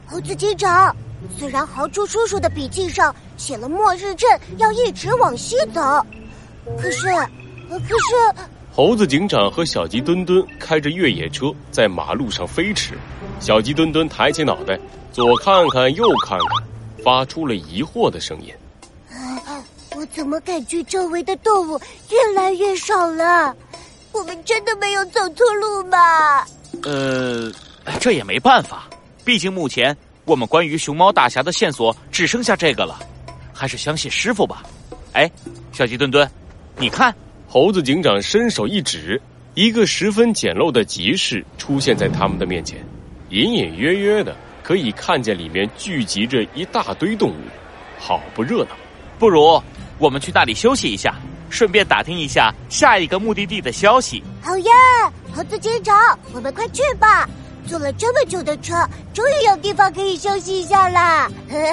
猴子警长，虽然豪猪叔叔的笔记上写了末日镇要一直往西走，可是猴子警长和小鸡墩墩开着越野车在马路上飞驰，小鸡墩墩抬起脑袋，左看看右看看，发出了疑惑的声音。 我怎么感觉周围的动物越来越少了？我们真的没有走错路吗？ 这也没办法，毕竟目前我们关于熊猫大侠的线索只剩下这个了，还是相信师傅吧。哎，小鸡墩墩，你看。 猴子警长伸手一指，一个十分简陋的集市出现在他们的面前，隐隐约约的可以看见里面聚集着一大堆动物，好不热闹。 不如我们去那里休息一下，顺便打听一下下一个目的地的消息。 好呀，猴子警长，我们快去吧！坐了这么久的车，终于有地方可以休息一下啦！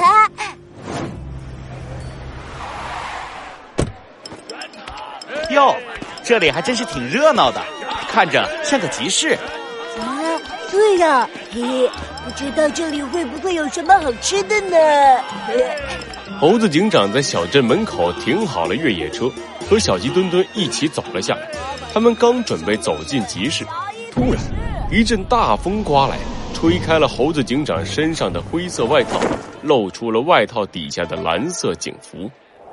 哟，这里还真是挺热闹的，看着像个集市。 对呀，不知道这里会不会有什么好吃的呢？ 猴子警长在小镇门口停好了越野车，和小鸡墩墩一起走了下来。他们刚准备走进集市，突然一阵大风刮来，吹开了猴子警长身上的灰色外套，露出了外套底下的蓝色警服。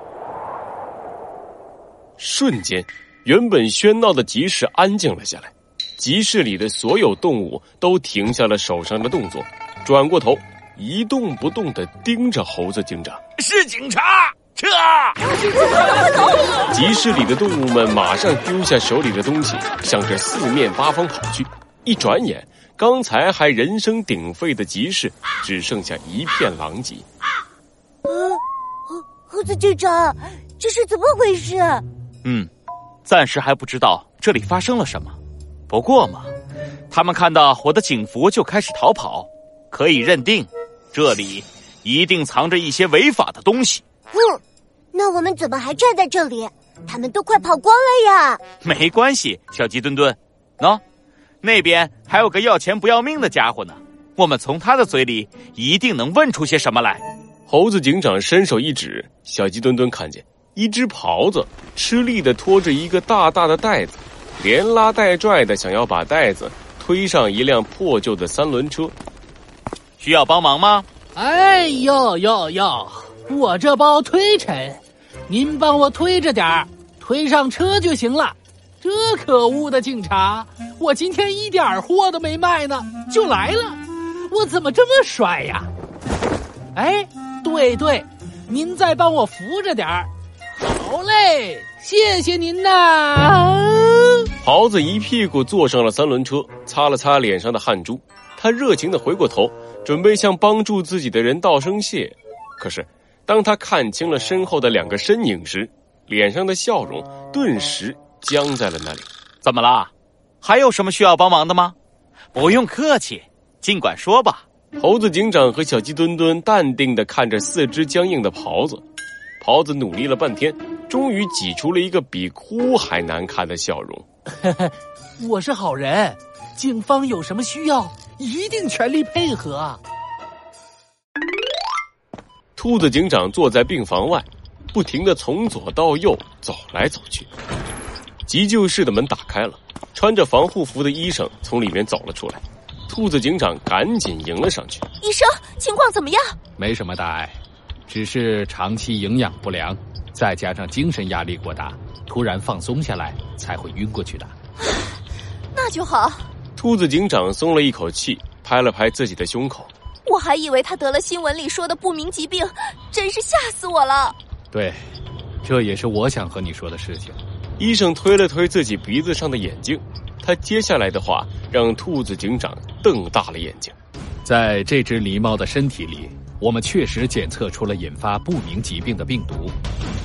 瞬间，原本喧闹的集市安静了下来，集市里的所有动物都停下了手上的动作，转过头，一动不动地盯着猴子警长。 是警察，撤！ 集市里的动物们马上丢下手里的东西，向着四面八方跑去。一转眼，刚才还人声鼎沸的集市只剩下一片狼藉。 猴子警长，这是怎么回事？ 暂时还不知道这里发生了什么。不过嘛，他们看到我的警服就开始逃跑，可以认定这里一定藏着一些违法的东西。 那我们怎么还站在这里？他们都快跑光了呀！ 没关系，小鸡墩墩，那边还有个要钱不要命的家伙呢，我们从他的嘴里一定能问出些什么来。 猴子警长伸手一指，小鸡墩墩看见一只狍子吃力地拖着一个大大的袋子，连拉带拽的想要把袋子推上一辆破旧的三轮车。 需要帮忙吗？ 哎呦，我这包忒沉，您帮我推着点儿，推上车就行了。这可恶的警察，我今天一点货都没卖呢，就来了，我怎么这么帅呀？哎，对，您再帮我扶着点儿。好嘞，谢谢您呐！ 狍子一屁股坐上了三轮车，擦了擦脸上的汗珠，他热情地回过头，准备向帮助自己的人道声谢。可是当他看清了身后的两个身影时，脸上的笑容顿时僵在了那里。 怎么了？还有什么需要帮忙的吗？不用客气，尽管说吧。 猴子警长和小鸡墩墩淡定地看着四肢僵硬的狍子，狍子努力了半天，终于挤出了一个比哭还难看的笑容。 我是好人，警方有什么需要，一定全力配合。 兔子警长坐在病房外，不停地从左到右走来走去。急救室的门打开了，穿着防护服的医生从里面走了出来。兔子警长赶紧迎了上去。 医生，情况怎么样？ 没什么大碍，只是长期营养不良，再加上精神压力过大，突然放松下来才会晕过去的。 那就好。 兔子警长松了一口气，拍了拍自己的胸口。 我还以为他得了新闻里说的不明疾病，真是吓死我了。 对，这也是我想和你说的事情。 医生推了推自己鼻子上的眼镜，他接下来的话让兔子警长瞪大了眼睛。 在这只狸猫的身体里，我们确实检测出了引发不明疾病的病毒，